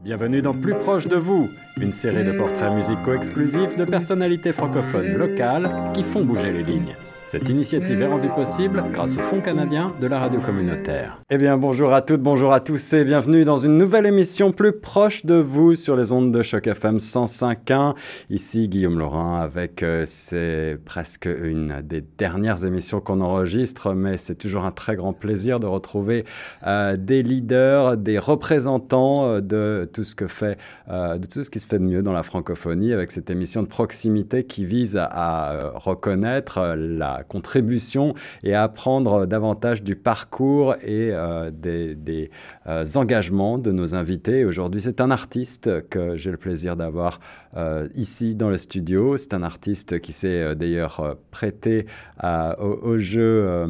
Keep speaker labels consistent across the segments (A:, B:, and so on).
A: Bienvenue dans Plus proche de vous, une série de portraits musicaux exclusifs de personnalités francophones locales qui font bouger les lignes. Cette initiative est rendue possible grâce au Fonds canadien de la radio communautaire. Eh bien, bonjour à toutes, bonjour à tous et bienvenue dans une nouvelle émission Plus proche de vous sur les ondes de Choc FM 105.1. Ici, Guillaume Laurin avec, c'est presque une des dernières émissions qu'on enregistre, mais c'est toujours un très grand plaisir de retrouver des leaders, des représentants de tout ce que fait, de tout ce qui se fait de mieux dans la francophonie avec cette émission de proximité qui vise à reconnaître la contribution et à apprendre davantage du parcours et des engagements de nos invités. Aujourd'hui, c'est un artiste que j'ai le plaisir d'avoir ici dans le studio. C'est un artiste qui s'est d'ailleurs prêté au jeu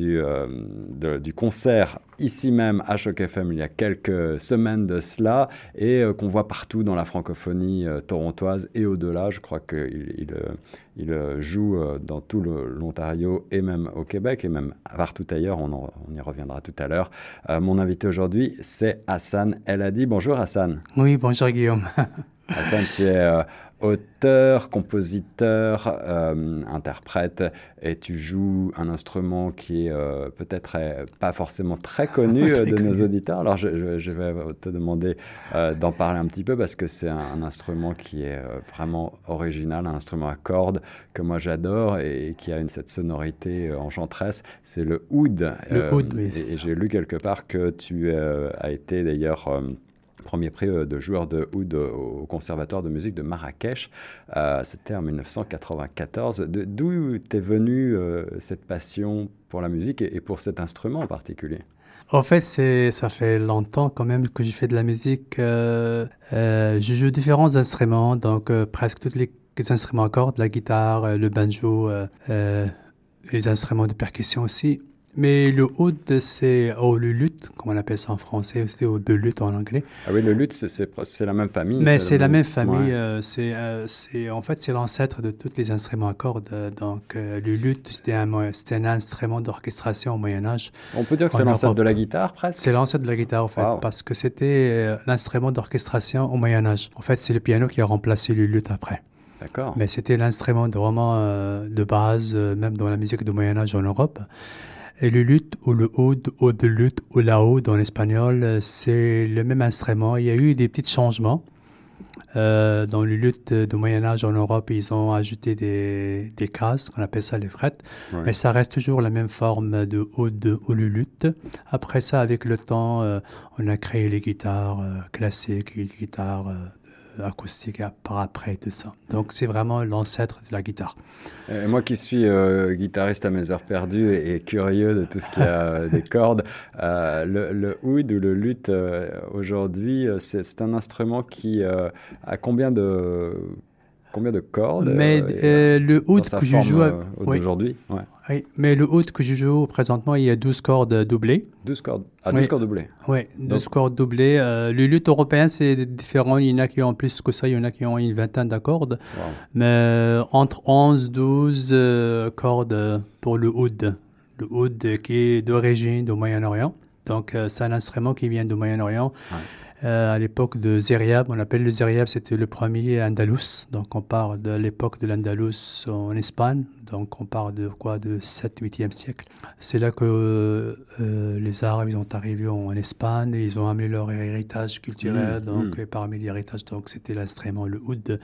A: du concert ici même à Choc FM il y a quelques semaines de cela et qu'on voit partout dans la francophonie torontoise et au-delà. Je crois qu'il joue dans tout l'Ontario et même au Québec et même partout ailleurs. On y reviendra tout à l'heure. Mon invité aujourd'hui, c'est Hassan El Hadi. Bonjour Hassan.
B: Oui, bonjour Guillaume.
A: Hassan, tu es auteur, compositeur, interprète et tu joues un instrument qui est peut-être pas forcément très connu de nos auditeurs. Alors je vais te demander d'en parler un petit peu parce que c'est un instrument qui est vraiment original, un instrument à cordes que moi j'adore et qui a cette sonorité enchanteresse. C'est le oud.
B: Le oud, oui.
A: Et j'ai lu quelque part que tu as été d'ailleurs... premier prix de joueur de oud au Conservatoire de musique de Marrakech. C'était en 1994. D'où t'es venue cette passion pour la musique et pour cet instrument en particulier?
B: En fait, ça fait longtemps quand même que j'ai fait de la musique. Je joue différents instruments, donc presque tous les instruments à cordes, la guitare, le banjo, les instruments de percussion aussi. Mais le oud, c'est le luth, comme on appelle ça en français, c'est oud de luth en anglais.
A: Ah oui, le luth, c'est la même famille.
B: Mais c'est la même famille.
A: Ouais.
B: En fait, c'est l'ancêtre de tous les instruments à cordes. Donc, le luth, c'était un instrument d'orchestration au Moyen-Âge.
A: On peut dire que c'est l'ancêtre de la guitare, presque?
B: C'est l'ancêtre de la guitare, en fait, parce que c'était l'instrument d'orchestration au Moyen-Âge. En fait, c'est le piano qui a remplacé le luth après.
A: D'accord.
B: Mais c'était l'instrument vraiment de base, même dans la musique du Moyen-Âge en Europe. Et le luth ou le oud de luth ou la oud en espagnol, c'est le même instrument. Il y a eu des petits changements. Dans le luth du Moyen-Âge en Europe, ils ont ajouté des cases, qu'on appelle ça les frettes. Ouais. Mais ça reste toujours la même forme de oud ou le luth. Après ça, avec le temps, on a créé les guitares classiques, les guitares acoustique par après tout ça. Donc c'est vraiment l'ancêtre de la guitare.
A: Moi qui suis guitariste à mes heures perdues et curieux de tout ce qui a des cordes, le oud ou le luth aujourd'hui, c'est un instrument qui a combien de cordes?
B: Mais le oud que je joue
A: d'aujourd'hui, ouais.
B: Oui, mais le oud que je joue présentement, il y a 12 cordes doublées.
A: 12 cordes? Ah, 12 cordes doublées.
B: Oui, 12 cordes doublées. Le luth européen, c'est différent. Il y en a qui ont plus que ça, il y en a qui ont une vingtaine d'accords. Wow. Mais entre 11 et 12 cordes pour le oud. Le oud qui est d'origine du Moyen-Orient. Donc, c'est un instrument qui vient du Moyen-Orient. Ouais. À l'époque de Zériab, on appelle le Zériab, c'était le premier Andalous. Donc, on parle de l'époque de l'Andalous en Espagne. Donc, on parle de quoi? De 7e, 8e siècle. C'est là que les Arabes ils ont arrivé en Espagne et ils ont amené leur héritage culturel. Et parmi l'héritage, donc, c'était l'instrument, le oud,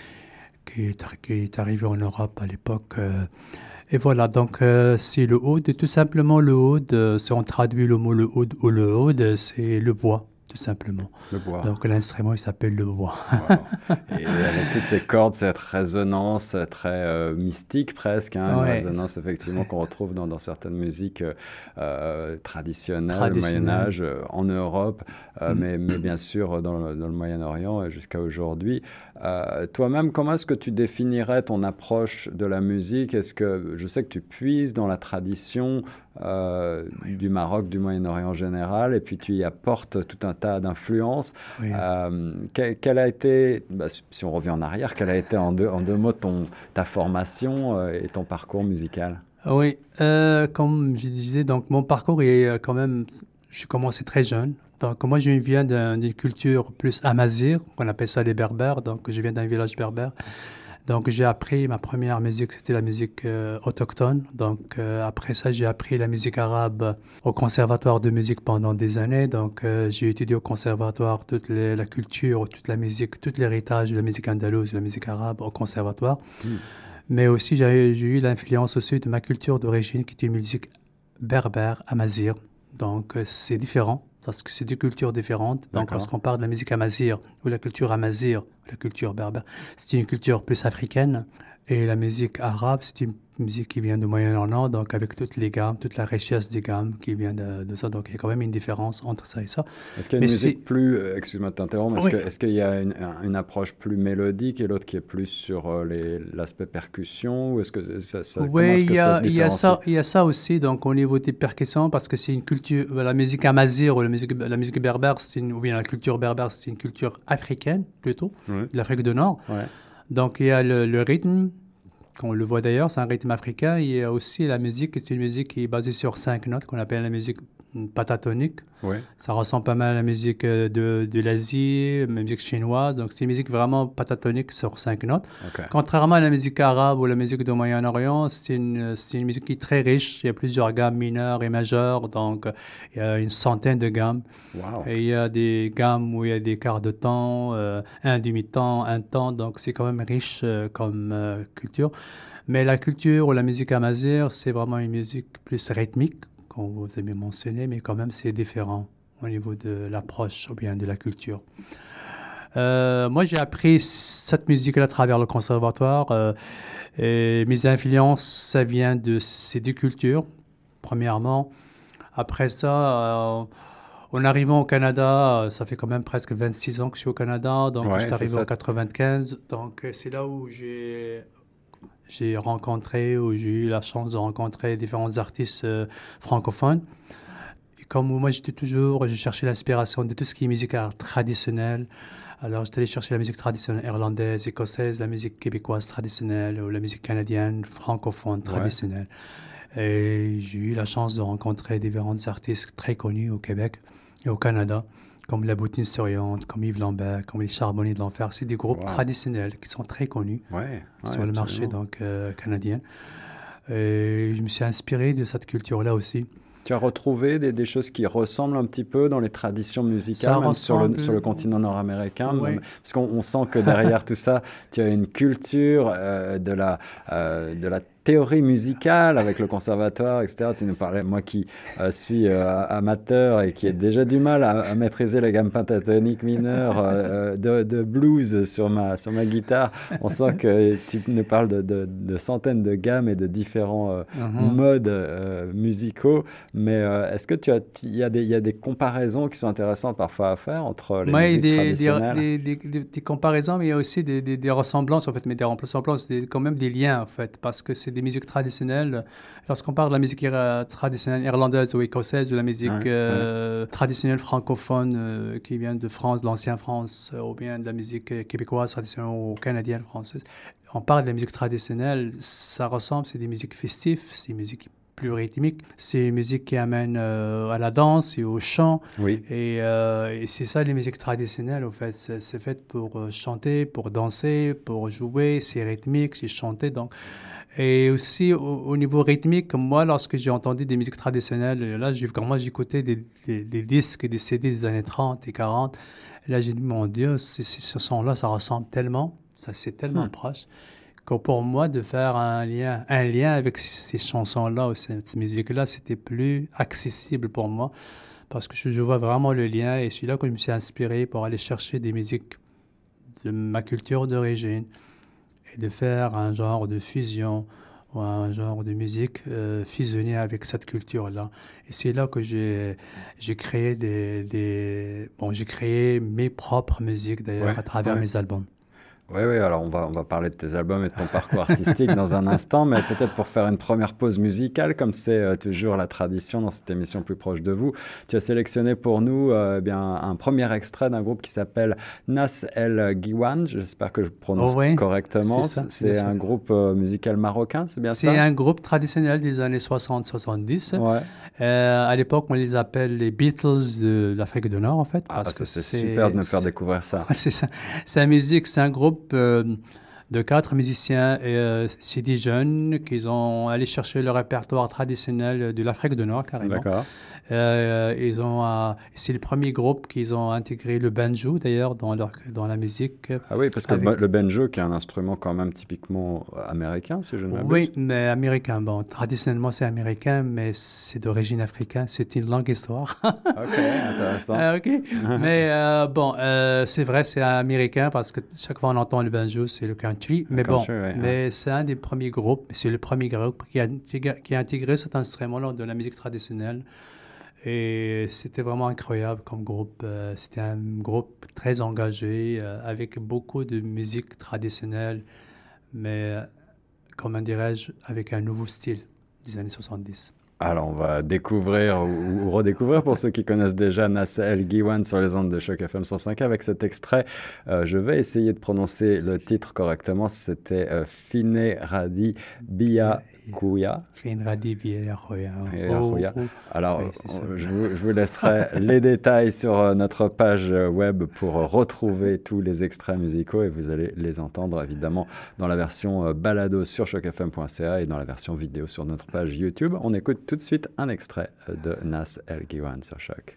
B: qui est arrivé en Europe à l'époque. Et voilà, donc c'est le oud. Et tout simplement, le oud, si on traduit le mot le oud ou le oud, c'est le bois. Tout simplement.
A: Le bois.
B: Donc l'instrument, il s'appelle le bois.
A: Wow. Et avec toutes ces cordes, cette résonance très mystique presque, hein, une résonance effectivement qu'on retrouve dans certaines musiques traditionnelles du Moyen-Âge, en Europe, mais bien sûr dans le Moyen-Orient jusqu'à aujourd'hui. Toi-même, comment est-ce que tu définirais ton approche de la musique? Est-ce que je sais que tu puises dans la tradition du Maroc, du Moyen-Orient en général, et puis tu y apportes tout un tas d'influences. Oui. Quelle a été, si on revient en arrière, quelle a été en deux mots ta formation et ton parcours musical?
B: Oui, comme je disais, donc mon parcours est quand même, j'ai commencé très jeune, Donc, moi, je viens d'une culture plus amazigh, on appelle ça les Berbères. Donc, je viens d'un village berbère. Donc, j'ai appris ma première musique, c'était la musique autochtone. Donc, après ça, j'ai appris la musique arabe au conservatoire de musique pendant des années. Donc, j'ai étudié au conservatoire toute la culture, toute la musique, tout l'héritage de la musique andalouse, de la musique arabe au conservatoire. Mais aussi, j'ai eu l'influence aussi de ma culture d'origine, qui est une musique berbère, amazigh. Donc, c'est différent, parce que c'est deux cultures différentes. Donc, lorsqu'on parle de la musique amazigh, ou la culture amazigh, la culture berbère, c'est une culture plus africaine. Et la musique arabe, c'est une musique qui vient du Moyen-Orient, donc avec toutes les gammes, toute la richesse des gammes qui vient de ça. Donc, il y a quand même une différence entre ça et ça.
A: Est-ce qu'il y a une musique plus... excuse-moi de t'interrompre, est-ce qu'il y a une approche plus mélodique et l'autre qui est plus sur l'aspect percussion, ou est-ce que ça
B: oui,
A: il
B: y a ça aussi, donc au niveau des percussions, parce que c'est une culture, la musique amazigh ou la musique berbère, ou bien la culture berbère, c'est une culture africaine plutôt, de l'Afrique du Nord. Ouais. Donc, il y a le rythme, qu'on le voit d'ailleurs, c'est un rythme africain. Il y a aussi la musique, c'est une musique qui est basée sur 5 notes, qu'on appelle la musique pentatonique. Ouais. Ça ressemble pas mal à la musique de l'Asie, la musique chinoise. Donc, c'est une musique vraiment pentatonique sur 5 notes. Okay. Contrairement à la musique arabe ou la musique du Moyen-Orient, c'est une musique qui est très riche. Il y a plusieurs gammes mineures et majeures. Donc, il y a une centaine de gammes. Wow. Et il y a des gammes où il y a des quarts de temps, un demi-temps, un temps. Donc, c'est quand même riche comme culture. Mais la culture ou la musique amazigh, c'est vraiment une musique plus rythmique, comme vous avez mentionné, mais quand même, c'est différent au niveau de l'approche ou bien de la culture. Moi, j'ai appris cette musique-là à travers le conservatoire. Et mes influences, ça vient de ces deux cultures, premièrement. Après ça, en arrivant au Canada, ça fait quand même presque 26 ans que je suis au Canada. Donc, je suis arrivé en 95. Donc, c'est là où j'ai rencontré, ou j'ai eu la chance de rencontrer différents artistes francophones. Et comme moi, j'ai cherché l'inspiration de tout ce qui est musique traditionnelle. Alors, j'étais allé chercher la musique traditionnelle irlandaise, écossaise, la musique québécoise traditionnelle, ou la musique canadienne, francophone traditionnelle. Et j'ai eu la chance de rencontrer différents artistes très connus au Québec et au Canada, comme la Boutine Souriante, comme Yves Lambert, comme les Charbonniers de l'Enfer. C'est des groupes traditionnels qui sont très connus sur le marché canadien. Et je me suis inspiré de cette culture-là aussi.
A: Tu as retrouvé des choses qui ressemblent un petit peu dans les traditions musicales, même sur le continent nord-américain, parce qu'on sent que derrière tout ça, tu as une culture de la théorie musicale avec le conservatoire, etc. Tu nous parlais, moi qui suis amateur et qui ai déjà du mal à maîtriser la gamme pentatonique mineure de blues sur ma guitare. On sent que tu nous parles de centaines de gammes et de différents modes musicaux. Mais est-ce que il y a des comparaisons qui sont intéressantes parfois à faire entre les musiques traditionnelles?
B: Des comparaisons, mais il y a aussi des ressemblances, en fait, mais des ressemblances, quand même des liens, en fait, parce que c'est des musiques traditionnelles. Lorsqu'on parle de la musique traditionnelle irlandaise ou écossaise, ou la musique traditionnelle francophone qui vient de France, de l'ancienne France, ou bien de la musique québécoise traditionnelle ou canadienne, française, on parle de la musique traditionnelle, ça ressemble, c'est des musiques festives, c'est des musiques plus rythmiques, c'est une musique qui amène à la danse et au chant. Oui. Et c'est ça, les musiques traditionnelles, en fait. C'est fait pour chanter, pour danser, pour jouer, c'est rythmique, c'est chanté. Donc. Et aussi, au niveau rythmique, moi, lorsque j'ai entendu des musiques traditionnelles, là, j'écoutais des disques, des CD des années 30 et 40. Et là, j'ai dit, mon Dieu, ce son-là, ça ressemble tellement, c'est tellement proche, que pour moi, de faire un lien avec ces chansons-là ou cette musique-là, c'était plus accessible pour moi, parce que je vois vraiment le lien, et c'est là que je me suis inspiré pour aller chercher des musiques de ma culture d'origine, et de faire un genre de fusion ou un genre de musique fusionnée avec cette culture-là. Et c'est là que j'ai créé j'ai créé mes propres musiques, d'ailleurs, à travers mes albums.
A: Oui, oui, alors on va parler de tes albums et de ton parcours artistique dans un instant, mais peut-être pour faire une première pause musicale, comme c'est toujours la tradition dans cette émission Plus proche de vous, tu as sélectionné pour nous bien, un premier extrait d'un groupe qui s'appelle Nas El Ghiwane, j'espère que je prononce correctement. C'est un groupe musical marocain, c'est bien ça?
B: C'est un groupe traditionnel des années 60-70.
A: Ouais.
B: À l'époque, on les appelle les Beatles de l'Afrique du Nord, en fait.
A: Parce que c'est super de me faire découvrir ça.
B: C'est ça. C'est la musique, c'est un groupe de 4 musiciens. C'est des jeunes qui ont allé chercher le répertoire traditionnel de l'Afrique du Nord, carrément.
A: D'accord.
B: C'est le premier groupe qui ont intégré le banjo, d'ailleurs, dans la musique.
A: Ah oui, parce que le banjo, qui est un instrument quand même typiquement américain, si je ne m'abuse.
B: Oui, mais américain. Bon, traditionnellement, c'est américain, mais c'est d'origine africaine. C'est une longue histoire.
A: OK, intéressant.
B: OK. Mais c'est vrai, c'est américain, parce que chaque fois on entend le banjo, c'est le country. Mais mais c'est un des premiers groupes. C'est le premier groupe qui a intégré cet instrument-là de la musique traditionnelle. Et c'était vraiment incroyable comme groupe. C'était un groupe très engagé, avec beaucoup de musique traditionnelle, mais, comment dirais-je, avec un nouveau style des années 70.
A: Alors, on va découvrir ou redécouvrir, pour ceux qui connaissent déjà, Nas El Ghiwane sur les ondes de Choc FM 105 avec cet extrait. Je vais essayer de prononcer le titre correctement. C'était Fine Radi Bia Kouya.
B: Fine Radi Bia Kouya.
A: Alors, je vous laisserai les détails sur notre page web pour retrouver tous les extraits musicaux, et vous allez les entendre évidemment dans la version balado sur chocfm.ca et dans la version vidéo sur notre page YouTube. On écoute tout de suite un extrait de Nas El Ghiwane sur Choc.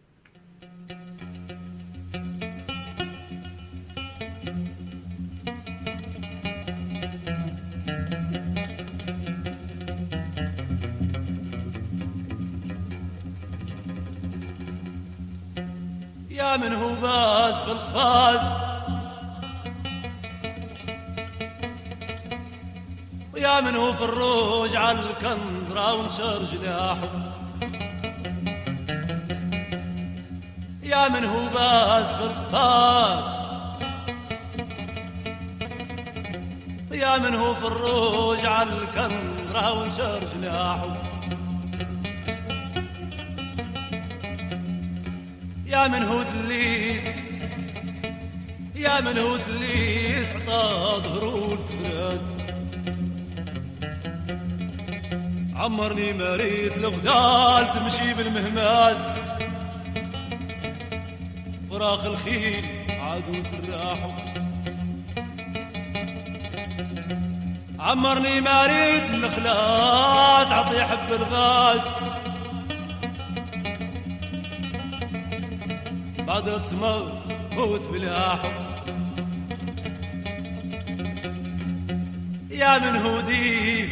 C: يا من هو باز في الفاز ويا من هو في الروج على الكندرة ونشر جناحه يا من هو باز في الفاز ويا من هو في الروج على الكندرة ونشر جناحه يا من هو تليس يا من هو تليس عطا ظهره التفراز عمرني مريت الغزال تمشي بالمهماز فراخ الخيل عادو سراحه عمرني مريت النخلات عطي حب الغاز بعد التموت بلاحه يا من هو ديب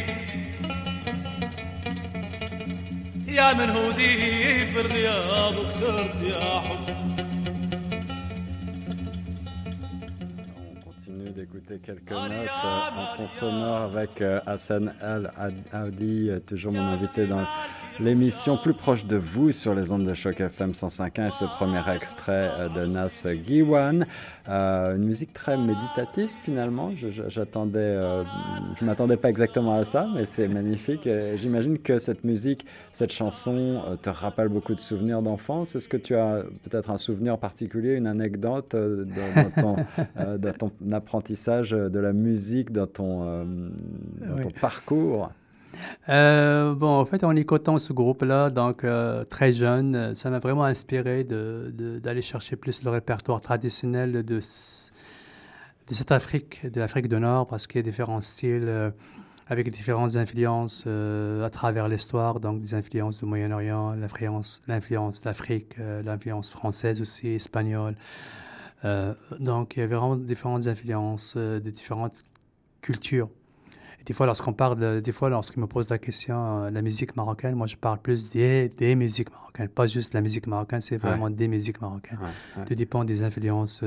C: يا من هو ديب في الغياب وكتر سياحه.
A: D'écouter quelques notes en fond sonore avec Hassan Al-Hadi, toujours mon invité dans l'émission Plus proche de vous sur les ondes de Choc FM 105.1, et ce premier extrait de Nas Ghiwane, une musique très méditative finalement. Je m'attendais pas exactement à ça, mais c'est magnifique. J'imagine que cette musique, cette chanson te rappelle beaucoup de souvenirs d'enfance. Est-ce que tu as peut-être un souvenir particulier, une anecdote dans ton apprentissage de la musique, dans ton parcours?
B: En fait, en écoutant ce groupe-là, donc très jeune, ça m'a vraiment inspiré d'aller chercher plus le répertoire traditionnel de cette Afrique, de l'Afrique du Nord, parce qu'il y a différents styles avec différentes influences à travers l'histoire, donc des influences du Moyen-Orient, l'influence d'Afrique, l'influence française aussi, espagnole. Donc, il y avait vraiment différentes influences de différentes cultures. Des fois, lorsqu'il me pose la question, la musique marocaine, moi, je parle plus des musiques marocaines, pas juste la musique marocaine, c'est vraiment des musiques marocaines. Tout dépend des influences,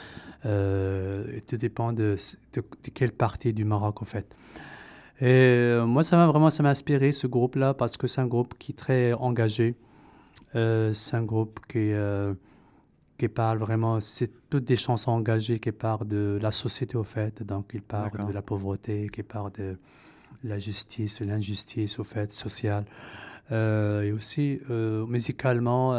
B: tout dépend de quelle partie du Maroc, en fait. Et moi, ça m'a inspiré, ce groupe-là, parce que c'est un groupe qui est très engagé. C'est un groupe qui parle vraiment, c'est toutes des chansons engagées qui parlent de la société au fait, donc il parle de la pauvreté, qui parle de la justice, de l'injustice au fait, sociale. Et aussi, musicalement,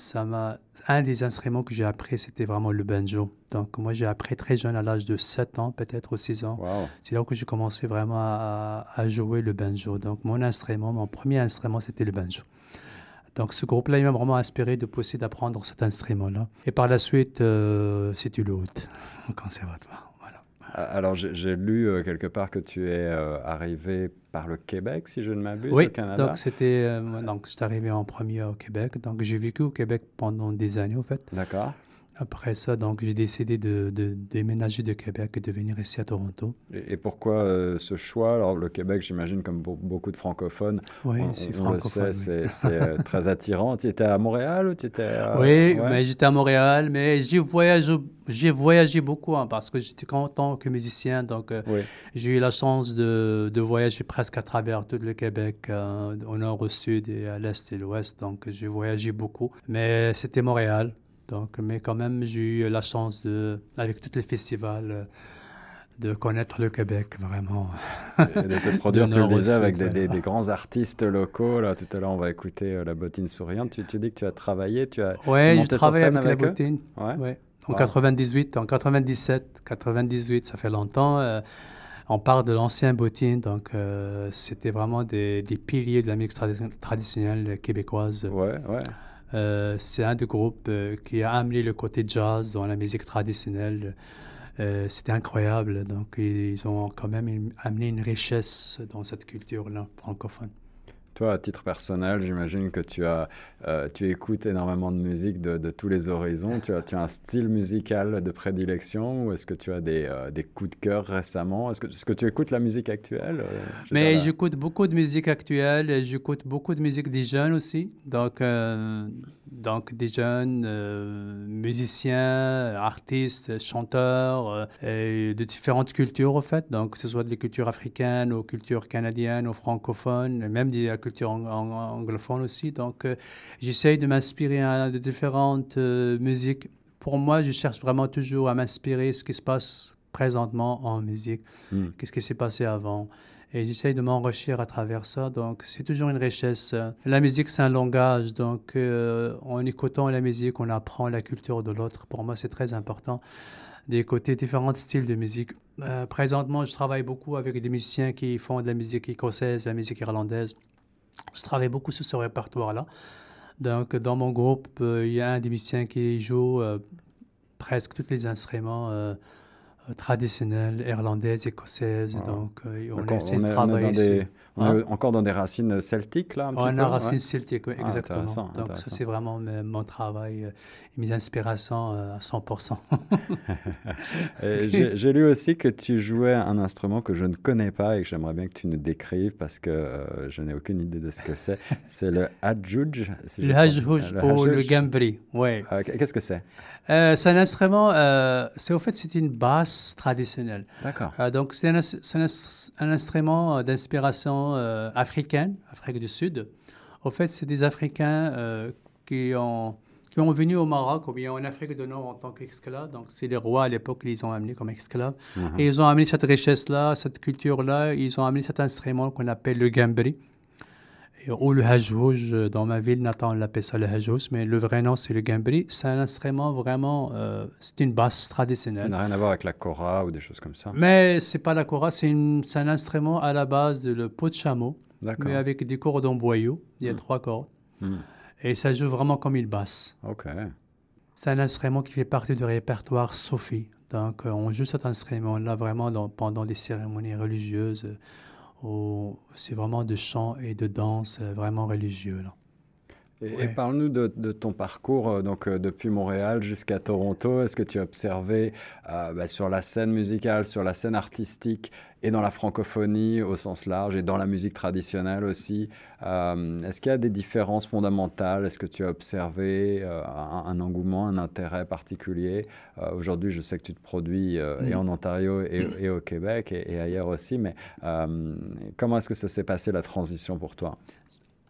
B: un des instruments que j'ai appris, c'était vraiment le banjo. Donc, moi, j'ai appris très jeune, à l'âge de 7 ans, peut-être, ou 6 ans.
A: Wow.
B: C'est là que j'ai commencé vraiment à jouer le banjo. Donc, mon premier instrument, c'était le banjo. Donc, ce groupe-là, il m'a vraiment inspiré de pousser d'apprendre cet instrument-là. Et par la suite, c'était le oud, au conservatoire.
A: Alors, j'ai lu quelque part que tu es arrivé par le Québec, si je ne m'abuse,
B: oui,
A: au Canada.
B: Donc, je suis arrivé en premier au Québec. Donc, j'ai vécu au Québec pendant des années, en fait.
A: D'accord.
B: Après ça, donc, j'ai décidé de déménager de Québec et de venir ici à Toronto.
A: Et pourquoi ce choix? Alors, le Québec, j'imagine, comme beaucoup de francophones,
B: oui, c'est francophone.
A: Le sait, c'est très attirant. Tu étais à Montréal ou tu étais
B: Oui, mais j'étais à Montréal, mais j'ai voyagé beaucoup parce que j'étais en tant que musicien. Donc, j'ai eu la chance de voyager presque à travers tout le Québec, au nord, au sud, et à l'est et l'ouest. Donc, j'ai voyagé beaucoup. Mais c'était Montréal. Donc, mais quand même, j'ai eu la chance, avec tous les festivals, de connaître le Québec, vraiment.
A: Et de te produire, tu le disais, avec des grands artistes locaux. Là, tout à l'heure, on va écouter La Bottine Souriante. Tu dis que tu as travaillé,
B: Oui, j'ai travaillé avec La Bottine.
A: Ouais.
B: En 98, en 97, 98, ça fait longtemps. On parle de l'ancien Bottine, donc c'était vraiment des piliers de la musique traditionnelle québécoise.
A: Ouais.
B: C'est un des groupes qui a amené le côté jazz dans la musique traditionnelle. C'était incroyable. Donc, ils ont quand même amené une richesse dans cette culture-là francophone.
A: Toi, à titre personnel, j'imagine que tu écoutes énormément de musique de tous les horizons. Tu as un style musical de prédilection ou est-ce que tu as des coups de cœur récemment? Est-ce que tu écoutes la musique actuelle?
B: Mais j'écoute beaucoup de musique actuelle. J'écoute beaucoup de musique des jeunes aussi. Donc des jeunes musiciens, artistes, chanteurs de différentes cultures, en fait. Donc, que ce soit des cultures africaines aux cultures canadiennes, aux francophones, même des culture anglophone aussi. Donc, j'essaye de m'inspirer de différentes musiques. Pour moi, je cherche vraiment toujours à m'inspirer de ce qui se passe présentement en musique. Qu'est-ce qui s'est passé avant? Et j'essaye de m'enrichir à travers ça. Donc, c'est toujours une richesse. La musique, c'est un langage. Donc, en écoutant la musique, on apprend la culture de l'autre. Pour moi, c'est très important d'écouter différents styles de musique. Présentement, je travaille beaucoup avec des musiciens qui font de la musique écossaise, la musique irlandaise. Je travaille beaucoup sur ce répertoire-là. Donc, dans mon groupe, il y a un des musiciens qui joue presque tous les instruments traditionnels, irlandaises, écossaises.
A: Wow.
B: Donc, on essaie de travailler
A: on est encore dans des racines celtiques, là, un petit peu?
B: On a racines celtiques, oui, exactement.
A: Intéressant.
B: Ça, c'est vraiment mon travail et mes inspirations à 100%.
A: J'ai lu aussi que tu jouais un instrument que je ne connais pas et que j'aimerais bien que tu nous décrives parce que je n'ai aucune idée de ce que c'est. C'est le hadjouj.
B: Le hadjouj ou le gambri, oui.
A: Qu'est-ce que c'est?
B: C'est un instrument, c'est une basse traditionnelle.
A: D'accord.
B: Donc, c'est un instrument d'inspiration africaine, Afrique du Sud. Au fait, c'est des Africains qui ont venu au Maroc ou bien en Afrique du Nord en tant qu'esclaves. Donc, c'est les rois à l'époque qui les ont amenés comme esclaves. Et ils ont amené cette richesse-là, cette culture-là. Ils ont amené cet instrument qu'on appelle le gambri. Ou le hadjouj, dans ma ville, Nathan, on l'appelle ça le hadjouj, mais le vrai nom, c'est le gambri. C'est un instrument vraiment, c'est une basse traditionnelle.
A: Ça n'a rien à voir avec la kora ou des choses comme ça?
B: Mais c'est pas la kora, c'est un instrument à la base de le peau de chameau, mais avec des cordes en boyau. Il y a 3 cordes. Et ça joue vraiment comme une basse.
A: OK.
B: C'est un instrument qui fait partie du répertoire soufi. Donc, on joue cet instrument-là vraiment pendant des cérémonies religieuses. C'est vraiment de chant et de danse vraiment religieux, là.
A: Et parle-nous de ton parcours depuis Montréal jusqu'à Toronto. Est-ce que tu as observé sur la scène musicale, sur la scène artistique et dans la francophonie au sens large et dans la musique traditionnelle aussi, est-ce qu'il y a des différences fondamentales? Est-ce que tu as observé un engouement, un intérêt particulier? Aujourd'hui, je sais que tu te produis et en Ontario et au Québec et ailleurs aussi, mais comment est-ce que ça s'est passé la transition pour toi?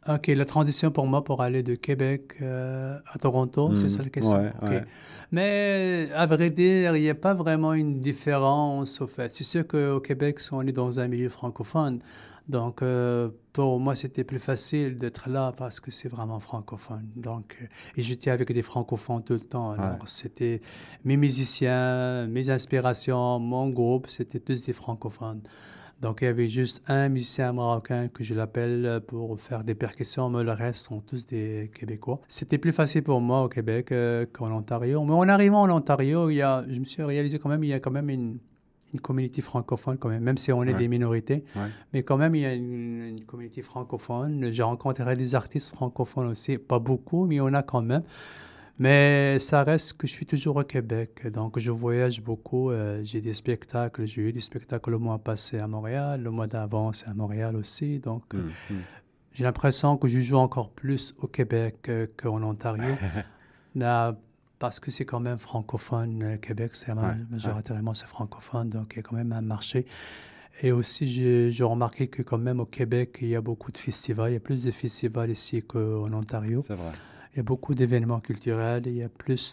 B: OK, la transition pour moi pour aller de Québec à Toronto, c'est ça la question?
A: Ouais,
B: OK.
A: ouais.
B: Mais à vrai dire, il n'y a pas vraiment une différence au fait. C'est sûr qu'au Québec, on est dans un milieu francophone. Donc, pour moi, c'était plus facile d'être là parce que c'est vraiment francophone. Donc, et j'étais avec des francophones tout le temps. Alors, c'était mes musiciens, mes inspirations, mon groupe, c'était tous des francophones. Donc, il y avait juste un musicien marocain que je l'appelle pour faire des percussions, mais le reste sont tous des Québécois. C'était plus facile pour moi au Québec qu'en Ontario. Mais en arrivant en Ontario, je me suis réalisé quand même, il y a quand même une communauté francophone quand même si on est des minorités.
A: Ouais.
B: Mais quand même, il y a une communauté francophone. J'ai rencontré des artistes francophones aussi, pas beaucoup, mais il y en a quand même. Mais ça reste que je suis toujours au Québec, donc je voyage beaucoup. J'ai des spectacles, j'ai eu des spectacles le mois passé à Montréal, le mois d'avant c'est à Montréal aussi. Donc j'ai l'impression que je joue encore plus au Québec qu'en Ontario. Là, parce que c'est quand même francophone, Québec, c'est majoritairement c'est francophone, donc il y a quand même un marché. Et aussi, j'ai remarqué que quand même au Québec, il y a beaucoup de festivals. Il y a plus de festivals ici qu'en Ontario.
A: C'est vrai.
B: Il y a beaucoup d'événements culturels. Il y a plus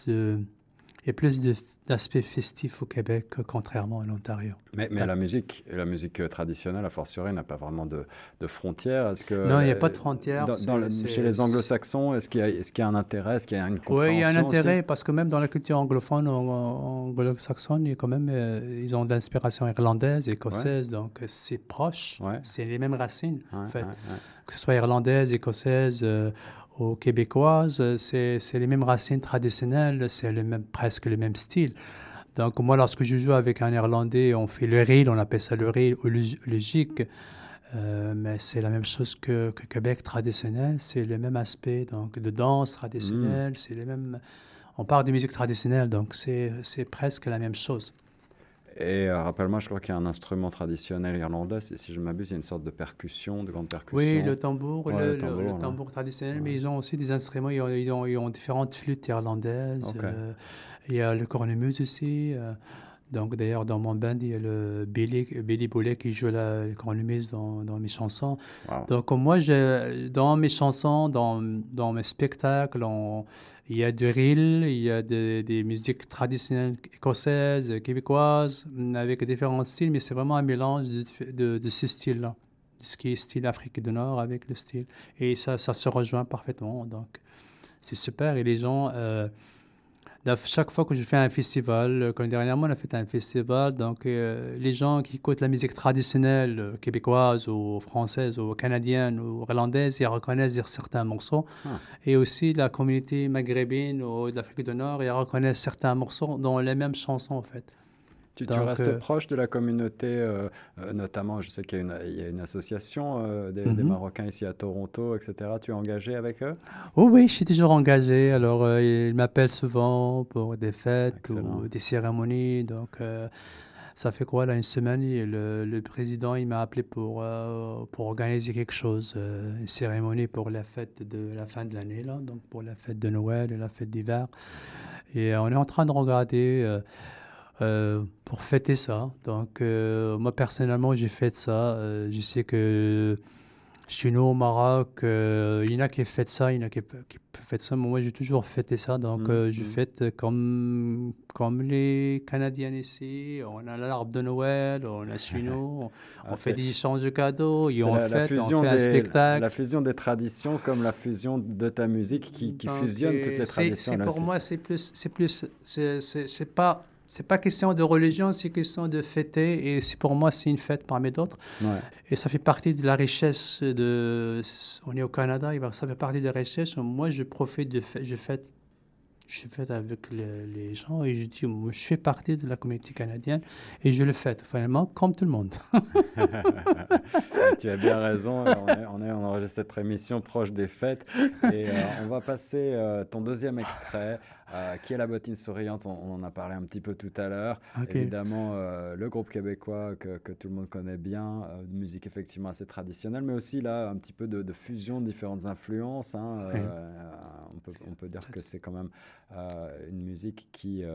B: d'aspects festifs au Québec, contrairement à l'Ontario.
A: Mais la musique traditionnelle, a fortiori, n'a pas vraiment de frontières. Est-ce que,
B: non, il n'y a pas de frontières.
A: Chez les anglo-saxons, est-ce qu'il y a un intérêt? Est-ce qu'il y a une compréhension?
B: Oui, il y a un intérêt,
A: aussi?
B: parce que même dans la culture anglophone, anglo-saxonne, il y a quand même, ils ont de l'inspiration irlandaise, écossaise, donc c'est proche. C'est les mêmes racines, en fait. Que ce soit irlandaise, écossaise, aux québécoises, c'est les mêmes racines traditionnelles, c'est presque le même style. Donc moi, lorsque je joue avec un Irlandais, on fait le reel, on appelle ça le reel ou le jig, mais c'est la même chose que Québec traditionnel, c'est le même aspect donc de danse traditionnelle, c'est les mêmes. On parle de musique traditionnelle, donc c'est presque la même chose.
A: Et rappelle-moi, je crois qu'il y a un instrument traditionnel irlandais, si je ne m'abuse, il y a une sorte de percussion, de grande percussion.
B: Oui, le tambour,
A: le
B: tambour traditionnel, mais ils ont aussi des instruments, ils ont différentes flûtes irlandaises, il y a le cornemuse aussi, donc d'ailleurs dans mon band, il y a le Billy Boulet qui joue le cornemuse dans mes chansons.
A: Wow.
B: Donc moi, dans mes chansons, dans mes spectacles, il y a du reel, il y a des musiques traditionnelles écossaises, québécoises, avec différents styles, mais c'est vraiment un mélange de ce style-là, de ce qui est style Afrique du Nord avec le style. Et ça se rejoint parfaitement, donc c'est super. Et les gens, chaque fois que je fais un festival, comme dernièrement on a fait un festival, donc les gens qui écoutent la musique traditionnelle québécoise ou française ou canadienne ou irlandaise, ils reconnaissent certains morceaux. Et aussi la communauté maghrébine ou de l'Afrique du Nord, ils reconnaissent certains morceaux dans les mêmes chansons en fait.
A: Tu restes proche de la communauté, notamment, je sais qu'il y a une association des Marocains ici à Toronto, etc. Tu es engagé avec eux?
B: Oh oui, je suis toujours engagé. Alors, ils m'appellent souvent pour des fêtes ou des cérémonies. Donc, ça fait quoi, là, une semaine, le président, il m'a appelé pour organiser quelque chose, une cérémonie pour la fête de la fin de l'année, là, donc pour la fête de Noël et la fête d'hiver. Et on est en train de regarder... pour fêter ça. Donc, moi, personnellement, j'ai fait ça. Je sais que je suis né au Maroc. Il y en a qui fêtent ça, il y en a qui fêtent ça. Mais moi, j'ai toujours fêté ça. Donc, je fête comme les Canadiens ici. On a l'arbre de Noël, on a chez nous. On fait des échanges de cadeaux. Et on fait un spectacle.
A: La fusion des traditions comme la fusion de ta musique qui fusionne toutes les traditions.
B: Pour moi, c'est pas question de religion, c'est question de fêter. Et pour moi, c'est une fête parmi d'autres.
A: Ouais.
B: Et ça fait partie de la richesse on est au Canada, ça fait partie de la richesse. Moi, je profite je fête avec les gens et je dis, moi, je fais partie de la communauté canadienne et je le fête, finalement, comme tout le monde.
A: Tu as bien raison. On enregistre cette émission proche des fêtes. Et on va passer ton deuxième extrait, qui est La Bottine Souriante. On en a parlé un petit peu tout à l'heure. Okay. Évidemment, le groupe québécois que tout le monde connaît bien, de musique effectivement assez traditionnelle, mais aussi là, un petit peu de fusion de différentes influences. Hein. On peut dire que c'est quand même une musique qui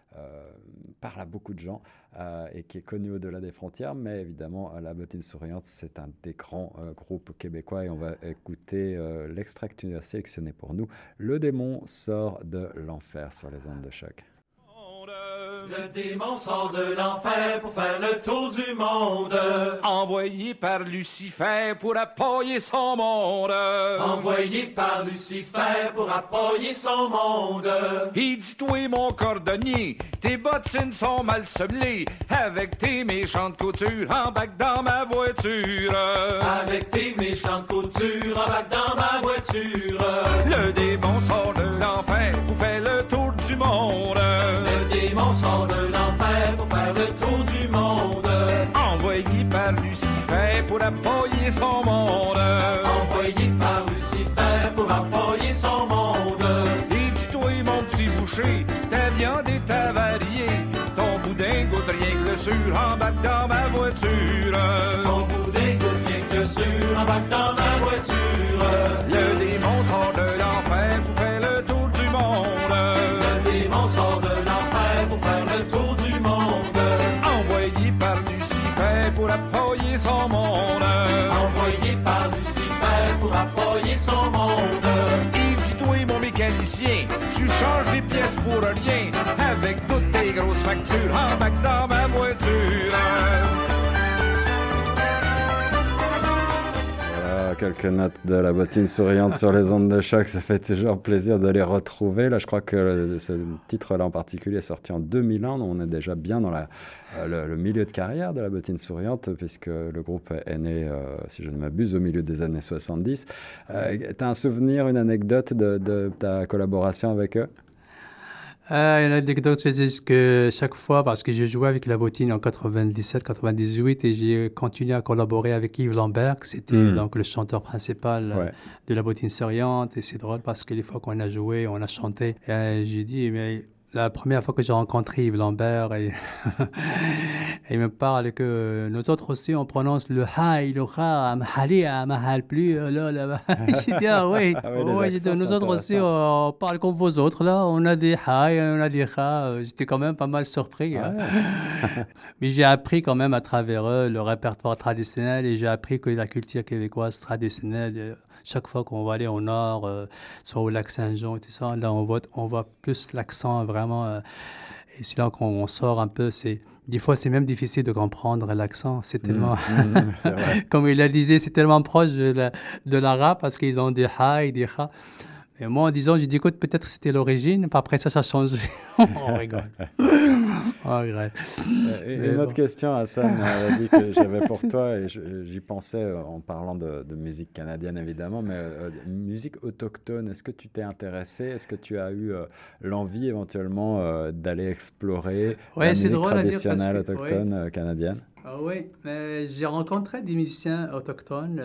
A: parle à beaucoup de gens et qui est connu au-delà des frontières. Mais évidemment, La Bottine Souriante, c'est un des grands groupes québécois et on va écouter l'extrait que tu as sélectionné pour nous. Le démon sort de l'enfer sur les ondes de choc.
C: Le démon sort de l'enfer pour faire le tour du monde.
D: Envoyé par Lucifer pour appuyer son monde.
C: Envoyé par Lucifer pour appuyer son monde.
D: Il dit, toi mon cordonnier, tes bottines sont mal semblées. Avec tes méchantes coutures, embarque dans ma voiture.
C: Avec tes méchantes coutures, embarque dans ma voiture.
D: Le démon sort de l'enfer pour faire le tour du monde.
C: Le démon sort de l'enfer pour faire le tour du monde.
D: Envoyé par Lucifer pour appuyer son monde.
C: Envoyé par Lucifer pour appuyer son monde.
D: Et dis-toi mon petit boucher, ta viande est avariée. Ton boudin goûte rien que le sûr, embarque dans ma voiture.
C: Ton boudin goûte rien que le sûr, embarque dans ma voiture.
D: Le démon sort de l'enfer pour faire le tour du monde.
C: Le démon sort de l'enfer pour faire le tour du monde.
D: Envoyé par Lucifer pour appuyer son monde.
C: Envoyé par Lucifer pour appuyer son monde.
D: Et dis-toi mon mécanicien, tu changes des pièces pour rien. Avec toutes tes grosses factures, embarque dans ma voiture.
A: Quelques notes de La Bottine Souriante sur les ondes de choc, ça fait toujours plaisir de les retrouver. Là, je crois que ce titre-là en particulier est sorti en 2001, donc on est déjà bien dans le milieu de carrière de La Bottine Souriante, puisque le groupe est né, si je ne m'abuse, au milieu des années 70. Tu as un souvenir, une anecdote de ta collaboration avec eux?
B: Une anecdote, c'est juste que chaque fois, parce que j'ai joué avec La Bottine en 97-98 et j'ai continué à collaborer avec Yves Lambert, qui c'était donc le chanteur principal de La Bottine Souriante. Et c'est drôle parce que les fois qu'on a joué, on a chanté, et j'ai dit, mais la première fois que j'ai rencontré Yves Lambert, et il me parle que nous autres aussi, on prononce le ha et le ha, mahali, mahal plus, là. J'ai dit, ah oui, j'ai dit, nous autres aussi, on parle comme vous autres, là. On a des ha et on a des ha. J'étais quand même pas mal surpris. Hein. Mais j'ai appris quand même à travers eux le répertoire traditionnel et j'ai appris que la culture québécoise traditionnelle, chaque fois qu'on va aller au nord, soit au lac Saint-Jean et tout ça, là, on voit plus l'accent vraiment. Et c'est là qu'on sort un peu. Des fois, c'est même difficile de comprendre l'accent. C'est tellement,
A: c'est vrai.
B: comme il a dit, c'est tellement proche de l'arabe parce qu'ils ont des ha et des ha. Et moi, en disant, j'ai dit, écoute, peut-être c'était l'origine, puis après ça a changé. On rigole. On regrette.
A: Une autre question, Hassan, dit que j'avais pour toi, et j'y pensais en parlant de musique canadienne, évidemment, mais musique autochtone, est-ce que tu t'es intéressé? Est-ce que tu as eu l'envie, éventuellement, d'aller explorer la musique traditionnelle autochtone canadienne?
B: Oui, j'ai rencontré des musiciens autochtones.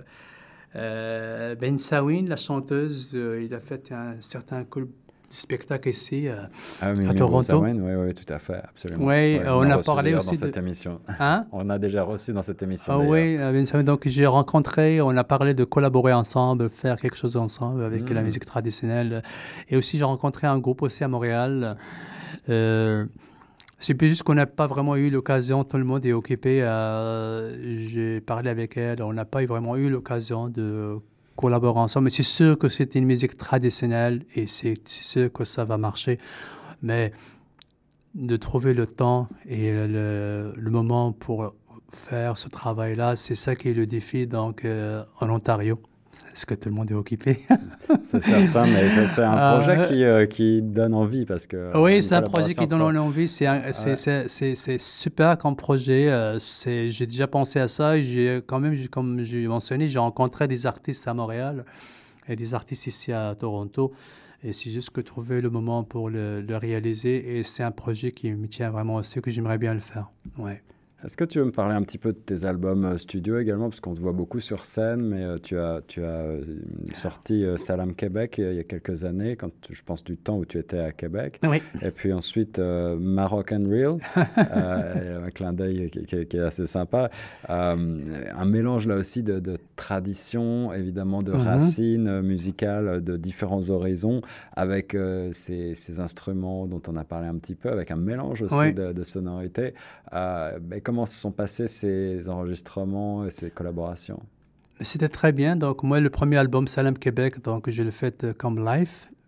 B: Ben Sawin, la chanteuse, il a fait un certain spectacle ici à Toronto.
A: Oui, tout à fait, absolument.
B: Oui, on a parlé aussi
A: dans cette émission.
B: Hein?
A: On a déjà reçu dans cette émission.
B: Oui, Ben Sawin, donc j'ai rencontré, on a parlé de collaborer ensemble, faire quelque chose ensemble avec la musique traditionnelle. Et aussi, j'ai rencontré un groupe aussi à Montréal. C'est plus juste qu'on n'a pas vraiment eu l'occasion, tout le monde est occupé. J'ai parlé avec elle, on n'a pas vraiment eu l'occasion de collaborer ensemble. Mais c'est sûr que c'est une musique traditionnelle et c'est sûr que ça va marcher. Mais de trouver le temps et le moment pour faire ce travail-là, c'est ça qui est le défi donc, en Ontario. Est-ce que tout le monde est occupé?
A: C'est certain, mais c'est un projet qui donne envie parce que...
B: Oui, c'est un projet qui donne envie. C'est super comme projet. J'ai déjà pensé à ça. Comme j'ai mentionné, j'ai rencontré des artistes à Montréal et des artistes ici à Toronto. Et c'est juste que trouver le moment pour le réaliser. Et c'est un projet qui me tient vraiment aussi, que j'aimerais bien le faire. Ouais.
A: Est-ce que tu veux me parler un petit peu de tes albums studio également, parce qu'on te voit beaucoup sur scène, mais tu as sorti Salam Québec il y a quelques années, quand je pense du temps où tu étais à Québec.
B: Oui.
A: Et puis ensuite Maroc and Real, un clin d'œil qui est assez sympa. Un mélange là aussi de traditions, évidemment de racines musicales de différents horizons, avec ces instruments dont on a parlé un petit peu, avec un mélange aussi de sonorités. Comment se sont passés ces enregistrements et ces collaborations?
B: C'était très bien. Donc, moi, le premier album Salam Québec, donc, je l'ai fait comme live.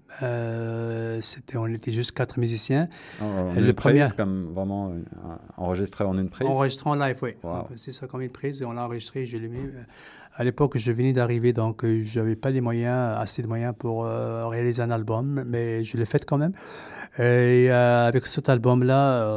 B: On était juste 4 musiciens.
A: Le premier, comme vraiment enregistré en une prise?
B: Enregistré en live, oui.
A: Wow.
B: Donc, c'est ça, comme une prise. Et on l'a enregistré, je l'ai mis. À l'époque, je venais d'arriver, donc je n'avais pas assez de moyens pour réaliser un album, mais je l'ai fait quand même. Et avec cet album-là,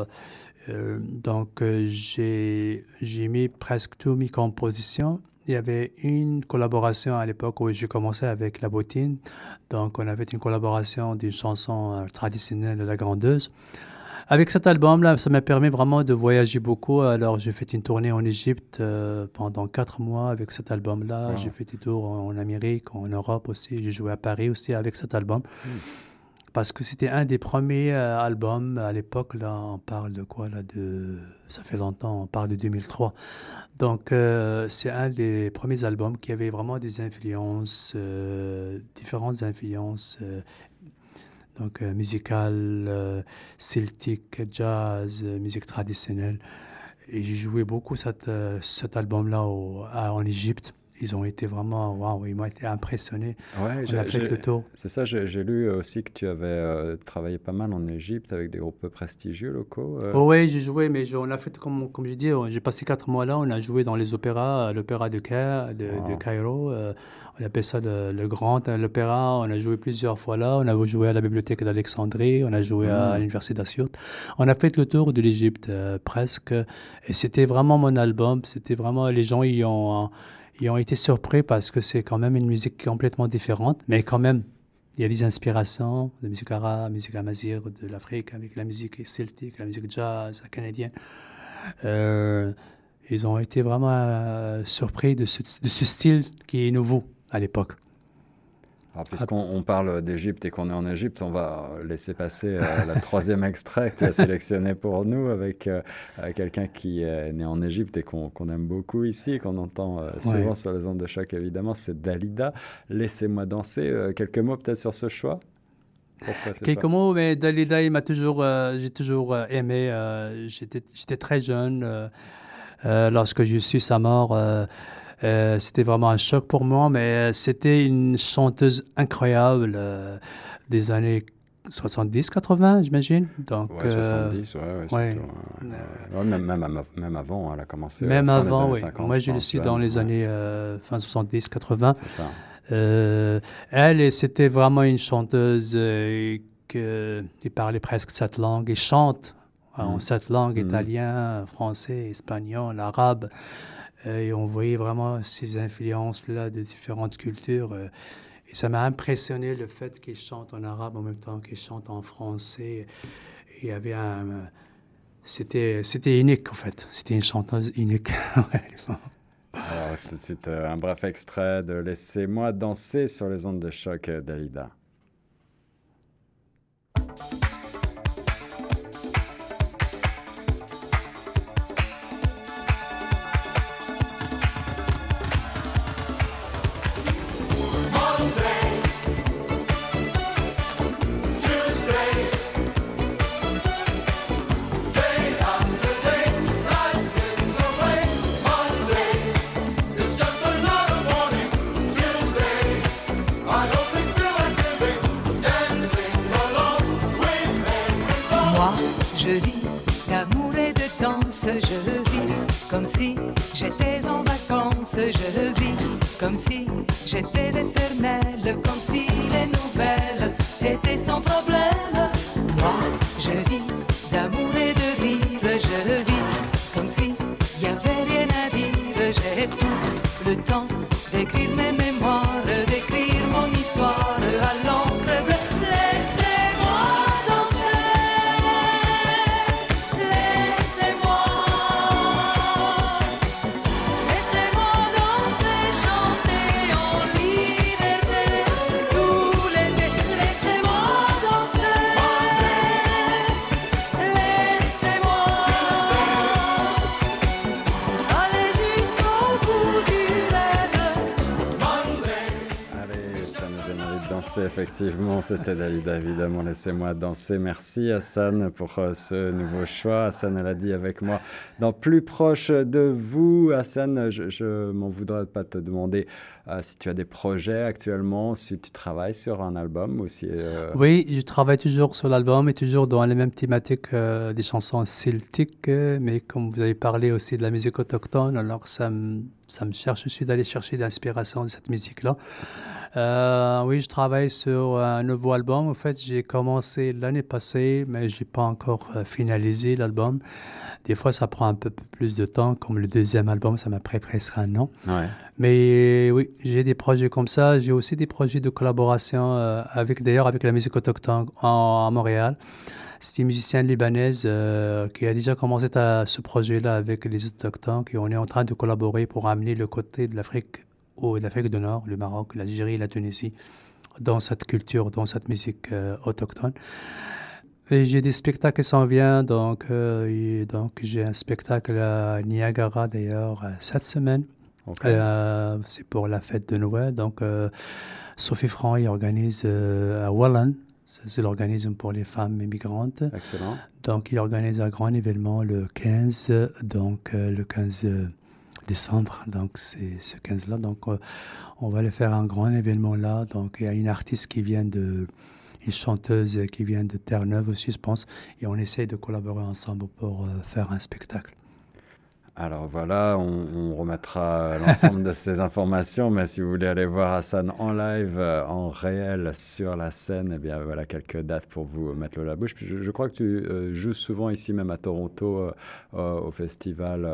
B: j'ai mis presque toutes mes compositions. Il y avait une collaboration à l'époque où j'ai commencé avec La Bottine. Donc, on avait une collaboration d'une chanson traditionnelle de La Grondeuse. Avec cet album-là, ça m'a permis vraiment de voyager beaucoup. Alors, j'ai fait une tournée en Égypte pendant 4 mois avec cet album-là. Wow. J'ai fait des tours en Amérique, en Europe aussi. J'ai joué à Paris aussi avec cet album. Parce que c'était un des premiers albums à l'époque. Là, on parle de quoi là, ça fait longtemps, on parle de 2003. Donc, c'est un des premiers albums qui avait vraiment des influences, différentes influences musicales, celtiques, jazz, musique traditionnelle. Et j'ai joué beaucoup cet album-là en Égypte. Ils ont été vraiment, waouh, ils m'ont été impressionnés.
A: Ouais,
B: on a fait le tour.
A: C'est ça, j'ai lu aussi que tu avais travaillé pas mal en Égypte avec des groupes prestigieux locaux.
B: Oui, j'ai joué, mais on a fait, comme j'ai dit, j'ai passé 4 mois là, on a joué dans les opéras, l'opéra de Cairo, on appelle ça le Grand l'opéra, on a joué plusieurs fois là, on a joué à la bibliothèque d'Alexandrie, on a joué à l'université d'Assiout. On a fait le tour de l'Égypte presque, et c'était vraiment mon album, c'était vraiment, les gens ils ont été surpris parce que c'est quand même une musique complètement différente, mais quand même, il y a des inspirations de musique arabe, musique amazigh, de l'Afrique, avec la musique celtique, la musique jazz, la canadienne. Ils ont été vraiment surpris de ce style qui est nouveau à l'époque.
A: Alors, puisqu'on parle d'Égypte et qu'on est en Égypte, on va laisser passer le 3e extrait que tu as sélectionné pour nous avec quelqu'un qui est né en Égypte et qu'on aime beaucoup ici, qu'on entend souvent sur les ondes de choc évidemment, c'est Dalida. Laissez-moi danser. Quelques mots peut-être sur ce choix?
B: Quelques mots, mais Dalida, j'ai toujours aimé. J'étais très jeune lorsque je suis sa mort. C'était vraiment un choc pour moi, mais c'était une chanteuse incroyable des années 70-80, j'imagine. Donc,
A: 70, même avant, elle a commencé.
B: Même avant, oui.
A: 50,
B: moi, je le suis dans les années fin 70-80.
A: C'est ça.
B: C'était vraiment une chanteuse qui parlait presque 7 langues et chante en 7 langues, italien, français, espagnol, arabe. Et on voyait vraiment ces influences-là de différentes cultures. Et ça m'a impressionné le fait qu'il chante en arabe en même temps qu'il chante en français. Et il y avait c'était unique, en fait. C'était une chanteuse unique.
A: Alors, tout de suite, un bref extrait de Laissez-moi danser sur les ondes de choc, Dalida.
E: Je vis comme si j'étais en vacances, je vis comme si j'étais éternelle, comme si les nouvelles étaient sans problème. Moi, je vis d'amour et de rire, je vis comme si y avait rien à dire. J'ai tout le temps d'écrire mes mémoires, d'écrire mon histoire à l'encre bleue. Laissez-moi danser, laissez-moi
A: danser, effectivement. C'était Dalida, évidemment. Laissez-moi danser. Merci Hassan pour ce nouveau choix. Hassan Elhadi avec moi dans Plus proche de vous. Hassan, je m'en voudrais pas te demander si tu as des projets actuellement, si tu travailles sur un album ou si...
B: Oui, je travaille toujours sur l'album et toujours dans les mêmes thématiques des chansons celtiques, mais comme vous avez parlé aussi de la musique autochtone, alors ça me cherche aussi d'aller chercher l'inspiration de cette musique-là. Oui, je travaille sur un nouveau album. En fait, j'ai commencé l'année passée, mais je n'ai pas encore finalisé l'album. Des fois, ça prend un peu plus de temps, comme le deuxième album, ça m'a pris presque un an.
A: Ouais.
B: Mais oui, j'ai des projets comme ça. J'ai aussi des projets de collaboration avec la musique autochtone à Montréal. C'est une musicienne libanaise qui a déjà commencé ce projet-là avec les autochtones, et on est en train de collaborer pour amener le côté de l'Afrique du Nord, le Maroc, l'Algérie, la Tunisie, dans cette culture, dans cette musique autochtone. Et j'ai des spectacles qui s'en viennent, donc j'ai un spectacle à Niagara d'ailleurs cette semaine. Okay. C'est pour la fête de Noël. Donc Sophie Franc il organise à Welland, c'est l'organisme pour les femmes immigrantes.
A: Excellent.
B: Donc il organise un grand événement le 15 décembre. Donc c'est ce 15 là. Donc on va aller faire un grand événement là. Donc il y a une artiste une chanteuse qui vient de Terre-Neuve aussi, je pense, et on essaye de collaborer ensemble pour faire un spectacle.
A: Alors voilà, on remettra l'ensemble de ces informations, mais si vous voulez aller voir Hassan en live, en réel, sur la scène, eh bien voilà quelques dates pour vous mettre l'eau à la bouche. Puis je crois que tu joues souvent ici, même à Toronto, au festival...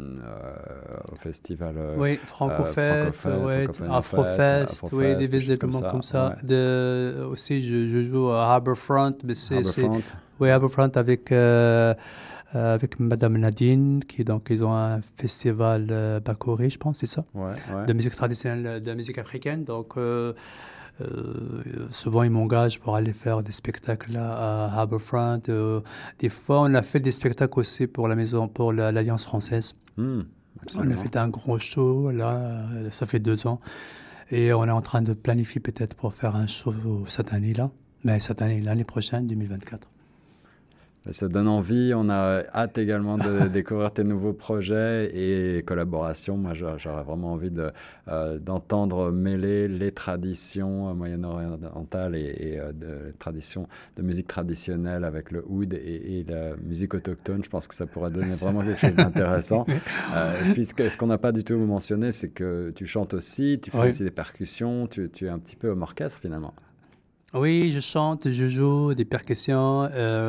B: oui, Francofest, Afrofest, oui, des événements comme ça. Ouais. Aussi, je joue à Harbourfront, mais Harbourfront avec Madame Nadine, ils ont un festival Bakoré, je pense, c'est ça, de musique traditionnelle, de musique africaine. Donc, souvent, ils m'engagent pour aller faire des spectacles là, à Harbourfront. Des fois, on a fait des spectacles aussi pour l'Alliance française. On a fait un gros show, là, ça fait 2 ans. Et on est en train de planifier peut-être pour faire un show cette année-là. Mais l'année prochaine, 2024.
A: Ça donne envie. On a hâte également de découvrir tes nouveaux projets et collaborations. Moi, j'aurais vraiment envie d'entendre mêler les traditions moyen-orientales et de traditions de musique traditionnelle avec le oud et la musique autochtone. Je pense que ça pourrait donner vraiment quelque chose d'intéressant. Et puis, ce qu'on n'a pas du tout mentionné, c'est que tu chantes aussi, tu fais aussi des percussions, tu es un petit peu homme orchestre finalement.
B: Oui, je chante, je joue des percussions,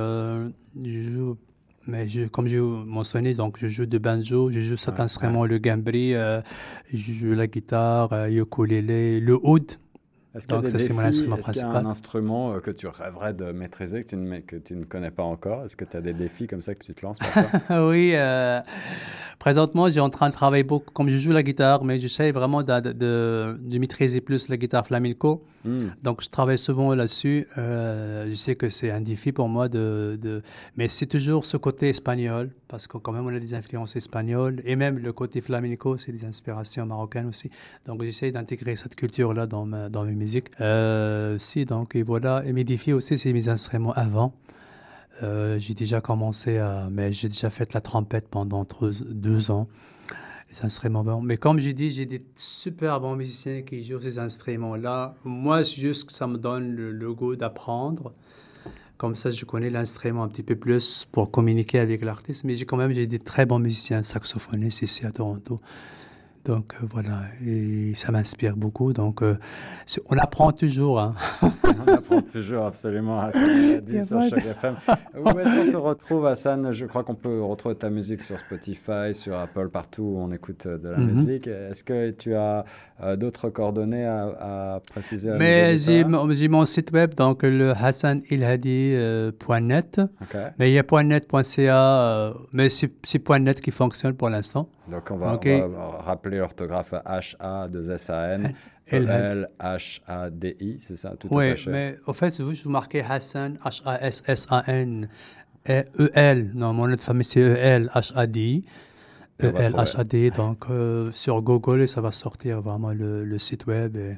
B: comme j'ai mentionné, donc je joue de banjo, je joue cet instrument, le gambri, je joue la guitare, le ukulélé, le oud.
A: Est-ce qu'il y a un instrument que tu rêverais de maîtriser, que tu ne connais pas encore? Est-ce que tu as des défis comme ça que tu te lances parfois?
B: Oui, présentement, j'ai en train de travailler beaucoup, comme je joue la guitare, mais j'essaie vraiment de maîtriser plus la guitare flamenco. Donc, je travaille souvent là-dessus. Je sais que c'est un défi pour moi, mais c'est toujours ce côté espagnol, parce que quand même, on a des influences espagnoles, et même le côté flamenco, c'est des inspirations marocaines aussi. Donc, j'essaie d'intégrer cette culture-là dans mes musiques. Donc, et voilà. Et mes défis aussi, c'est mes instruments avant. J'ai déjà commencé mais j'ai déjà fait la trompette pendant 2 ans. Les instruments bons. Mais comme j'ai dit, j'ai des super bons musiciens qui jouent ces instruments-là. Moi, c'est juste que ça me donne le goût d'apprendre. Comme ça, je connais l'instrument un petit peu plus pour communiquer avec l'artiste. Mais j'ai des très bons musiciens saxophonistes ici à Toronto. Donc voilà, et ça m'inspire beaucoup. Donc on apprend toujours. Hein.
A: On apprend toujours, absolument. Hassan a dit sur Choc FM. Où est-ce qu'on te retrouve, Hassan? Je crois qu'on peut retrouver ta musique sur Spotify, sur Apple, partout où on écoute de la musique. Est-ce que tu as d'autres coordonnées à préciser?
B: Mais j'ai mon site web, donc le hassanelhadi.net. Okay. Mais il y a .net.ca, mais c'est .net qui fonctionne pour l'instant.
A: Donc on va rappeler l'orthographe H-A-2-S-A-N. E-L-H-A-D-I, c'est ça, tout attaché.
B: Oui, mais au fait, vous marquez Hassan, H-A-S-S-A-N, E-L. Non, mon nom de famille, c'est E-L-H-A-D-I. E-L-H-A-D. Donc, sur Google, ça va sortir vraiment le site web. Et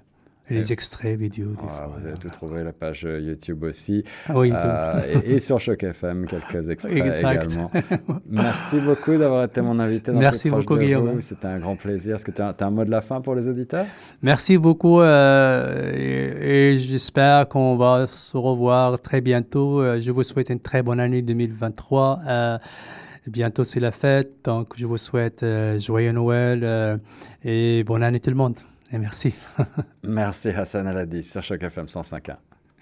B: Et les extraits vidéo. Des fois,
A: vous avez tout trouvé, la page YouTube aussi.
B: Oui,
A: et sur Choc FM, quelques extraits également. Merci beaucoup d'avoir été mon invité dans
B: Merci
A: Plus proche
B: beaucoup,
A: de
B: Guillaume.
A: vous. C'était un grand plaisir. Est-ce que tu as un mot de la fin pour les auditeurs?
B: Merci beaucoup et j'espère qu'on va se revoir très bientôt. Je vous souhaite une très bonne année 2023. Bientôt, c'est la fête, donc je vous souhaite joyeux Noël et bonne année tout le monde. Et merci.
A: Merci Hassan Al-Hadi sur Choc FM 105.1.